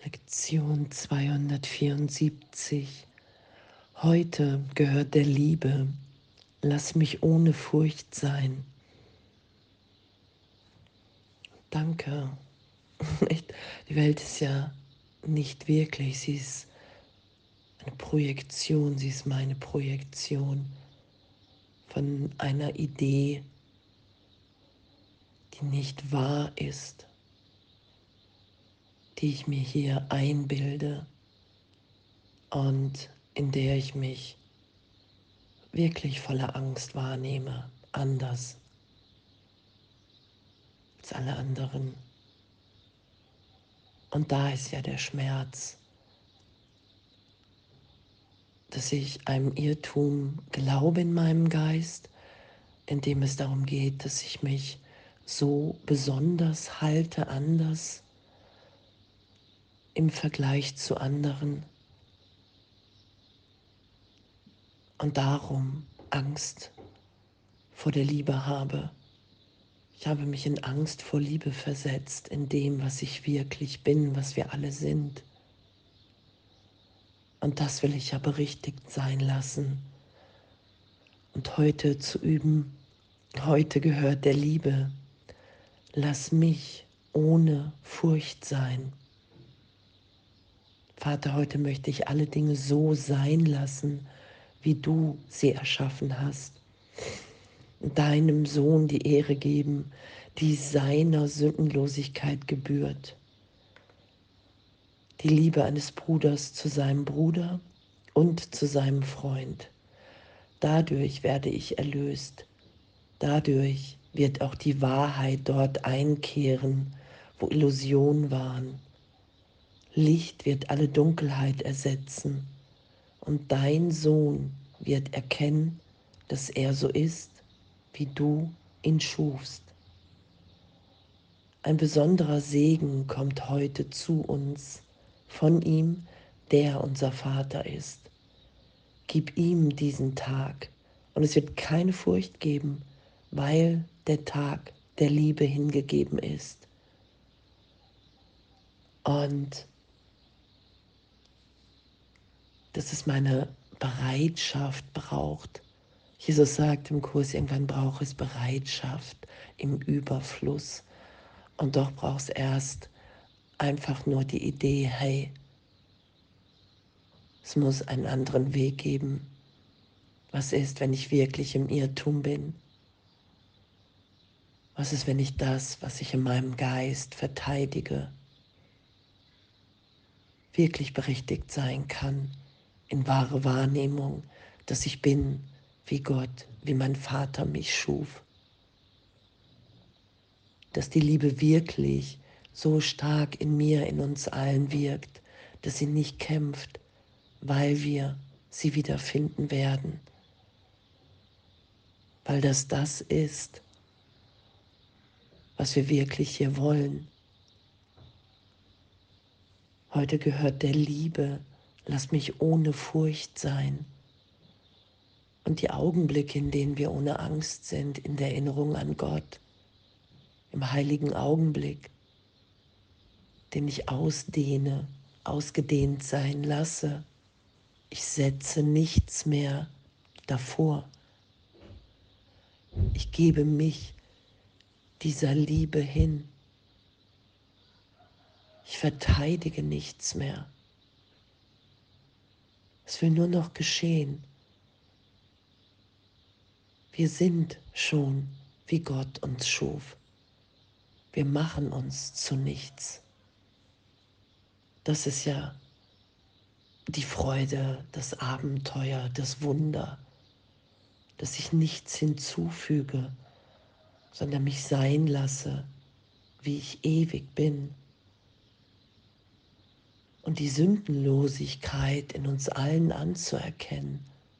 Lektion 274. Heute gehört der Liebe. Lass mich ohne Furcht sein. Danke. Echt, die Welt ist ja nicht wirklich. Sie ist eine Projektion. Sie ist meine Projektion von einer Idee, die nicht wahr ist, die ich mir hier einbilde und in der ich mich wirklich voller Angst wahrnehme, anders als alle anderen. Und da ist ja der Schmerz, dass ich einem Irrtum glaube in meinem Geist, in dem es darum geht, dass ich mich so besonders halte, anders im Vergleich zu anderen und darum Angst vor der Liebe habe. Ich habe mich in Angst vor Liebe versetzt, in dem, was ich wirklich bin, was wir alle sind. Und das will ich ja berichtigt sein lassen. Und heute zu üben, heute gehört der Liebe. Lass mich ohne Furcht sein. Vater, heute möchte ich alle Dinge so sein lassen, wie du sie erschaffen hast. Deinem Sohn die Ehre geben, die seiner Sündenlosigkeit gebührt. Die Liebe eines Bruders zu seinem Bruder und zu seinem Freund. Dadurch werde ich erlöst. Dadurch wird auch die Wahrheit dort einkehren, wo Illusionen waren. Licht wird alle Dunkelheit ersetzen und dein Sohn wird erkennen, dass er so ist, wie du ihn schufst. Ein besonderer Segen kommt heute zu uns von ihm, der unser Vater ist. Gib ihm diesen Tag und es wird keine Furcht geben, weil der Tag der Liebe hingegeben ist. Und dass es meine Bereitschaft braucht. Jesus sagt im Kurs, irgendwann braucht es Bereitschaft im Überfluss. Und doch braucht es erst einfach nur die Idee, hey, es muss einen anderen Weg geben. Was ist, wenn ich wirklich im Irrtum bin? Was ist, wenn ich das, was ich in meinem Geist verteidige, wirklich berichtigt sein kann, in wahre Wahrnehmung, dass ich bin wie Gott, wie mein Vater mich schuf? Dass die Liebe wirklich so stark in mir, in uns allen wirkt, dass sie nicht kämpft, weil wir sie wiederfinden werden, weil das ist, was wir wirklich hier wollen. Heute gehört der Liebe, lass mich ohne Furcht sein. Und die Augenblicke, in denen wir ohne Angst sind, in der Erinnerung an Gott, im heiligen Augenblick, den ich ausdehne, ausgedehnt sein lasse. Ich setze nichts mehr davor. Ich gebe mich dieser Liebe hin. Ich verteidige nichts mehr. Es will nur noch geschehen. Wir sind schon, wie Gott uns schuf. Wir machen uns zu nichts. Das ist ja die Freude, das Abenteuer, das Wunder, dass ich nichts hinzufüge, sondern mich sein lasse, wie ich ewig bin. Und die Sündenlosigkeit in uns allen anzuerkennen,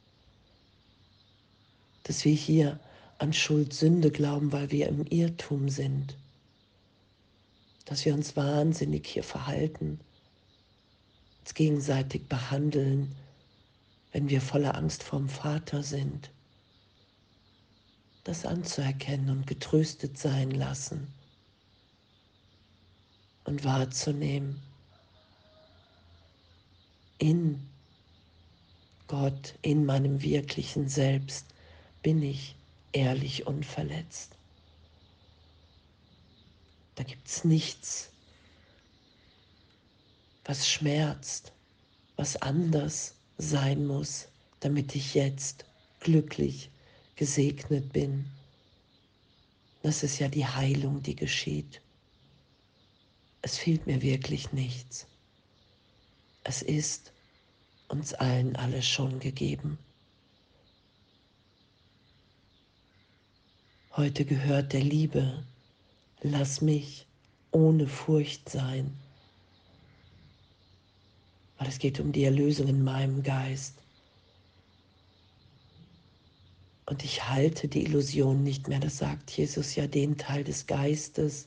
dass wir hier an Schuld, Sünde glauben, weil wir im Irrtum sind, dass wir uns wahnsinnig hier verhalten, uns gegenseitig behandeln, wenn wir voller Angst vorm Vater sind, das anzuerkennen und getröstet sein lassen und wahrzunehmen, in Gott, in meinem wirklichen Selbst, bin ich ehrlich und verletzt. Da gibt es nichts, was schmerzt, was anders sein muss, damit ich jetzt glücklich gesegnet bin. Das ist ja die Heilung, die geschieht. Es fehlt mir wirklich nichts. Es ist uns allen alles schon gegeben. Heute gehört der Liebe. Lass mich ohne Furcht sein, weil es geht um die Erlösung in meinem Geist. Und ich halte die Illusion nicht mehr, das sagt Jesus ja, den Teil des Geistes,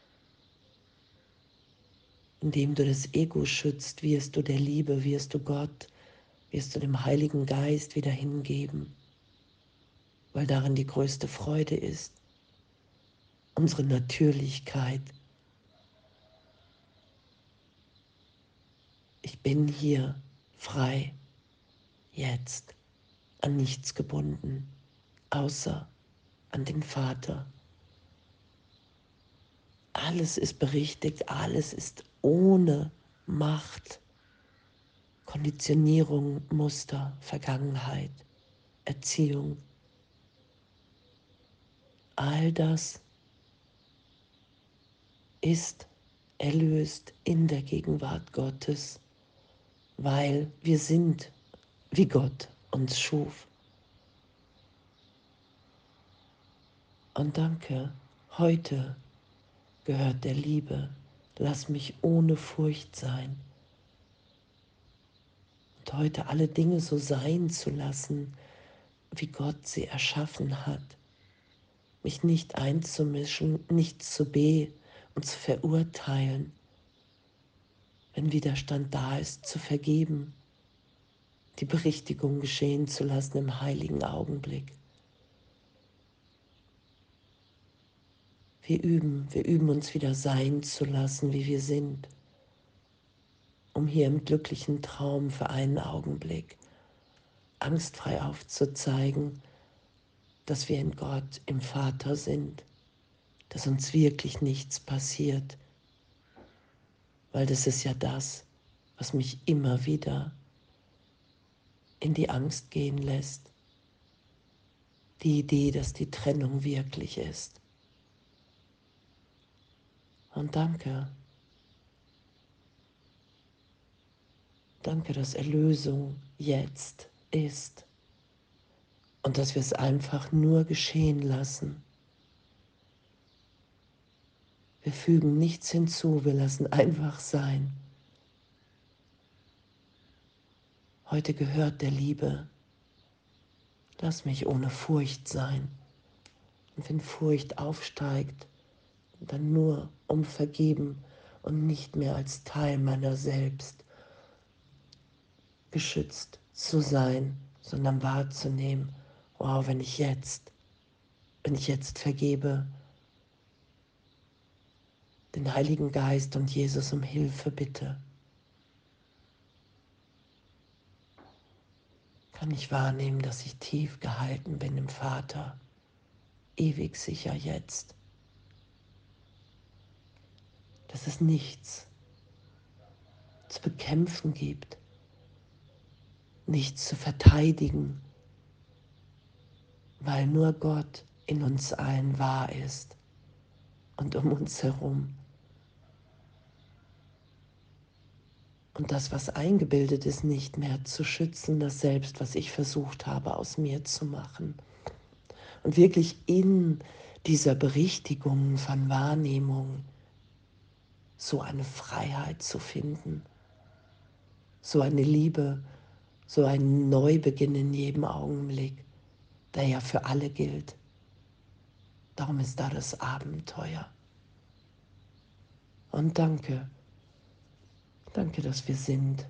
indem du das Ego schützt, wirst du der Liebe, wirst du Gott, wirst du dem Heiligen Geist wieder hingeben, weil darin die größte Freude ist, unsere Natürlichkeit. Ich bin hier frei, jetzt, an nichts gebunden, außer an den Vater. Alles ist berichtigt, alles ist ohne Macht, Konditionierung, Muster, Vergangenheit, Erziehung. All das ist erlöst in der Gegenwart Gottes, weil wir sind, wie Gott uns schuf. Und danke, heute gehört der Liebe. Lass mich ohne Furcht sein. Und heute alle Dinge so sein zu lassen, wie Gott sie erschaffen hat. Mich nicht einzumischen, nichts zu und zu verurteilen. Wenn Widerstand da ist, zu vergeben, die Berichtigung geschehen zu lassen im heiligen Augenblick. Wir üben uns wieder sein zu lassen, wie wir sind, um hier im glücklichen Traum für einen Augenblick angstfrei aufzuzeigen, dass wir in Gott, im Vater sind, dass uns wirklich nichts passiert, weil das ist ja das, was mich immer wieder in die Angst gehen lässt. Die Idee, dass die Trennung wirklich ist. Und danke, dass Erlösung jetzt ist und dass wir es einfach nur geschehen lassen. Wir fügen nichts hinzu, wir lassen einfach sein. Heute gehört der Liebe. Lass mich ohne Furcht sein. Und wenn Furcht aufsteigt, dann nur um vergeben und nicht mehr als Teil meiner selbst geschützt zu sein, sondern wahrzunehmen, wow, wenn ich jetzt vergebe, den Heiligen Geist und Jesus um Hilfe bitte, kann ich wahrnehmen, dass ich tief gehalten bin im Vater, ewig sicher jetzt, dass es nichts zu bekämpfen gibt, nichts zu verteidigen, weil nur Gott in uns allen wahr ist und um uns herum. Und das, was eingebildet ist, nicht mehr zu schützen, das Selbst, was ich versucht habe, aus mir zu machen. Und wirklich in dieser Berichtigung von Wahrnehmung so eine Freiheit zu finden, so eine Liebe, so einen Neubeginn in jedem Augenblick, der ja für alle gilt. Darum ist da das Abenteuer. Und danke, dass wir sind.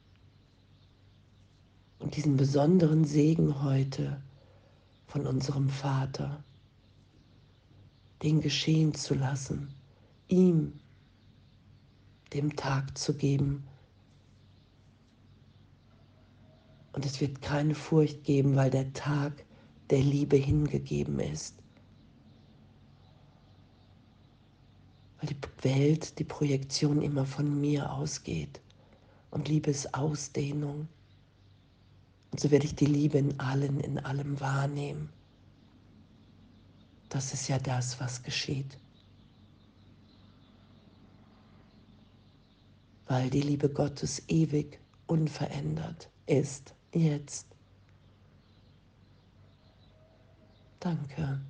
Und diesen besonderen Segen heute von unserem Vater, den geschehen zu lassen, ihm dem Tag zu geben, Und es wird keine Furcht geben, weil der Tag der Liebe hingegeben ist. Weil die Welt, die Projektion immer von mir ausgeht. Und Liebe ist Ausdehnung. Und so werde ich die Liebe in allen, in allem wahrnehmen. Das ist ja das, was geschieht. Weil die Liebe Gottes ewig unverändert ist. Jetzt. Danke.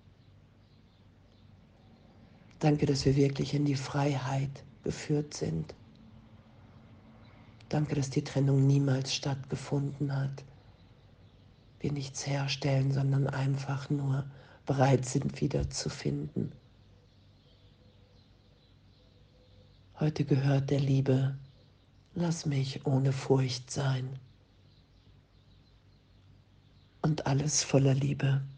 Danke, dass wir wirklich in die Freiheit geführt sind. Danke, dass die Trennung niemals stattgefunden hat. Wir nichts herstellen, sondern einfach nur bereit sind, wiederzufinden. Heute gehört der Liebe, lass mich ohne Furcht sein und alles voller Liebe.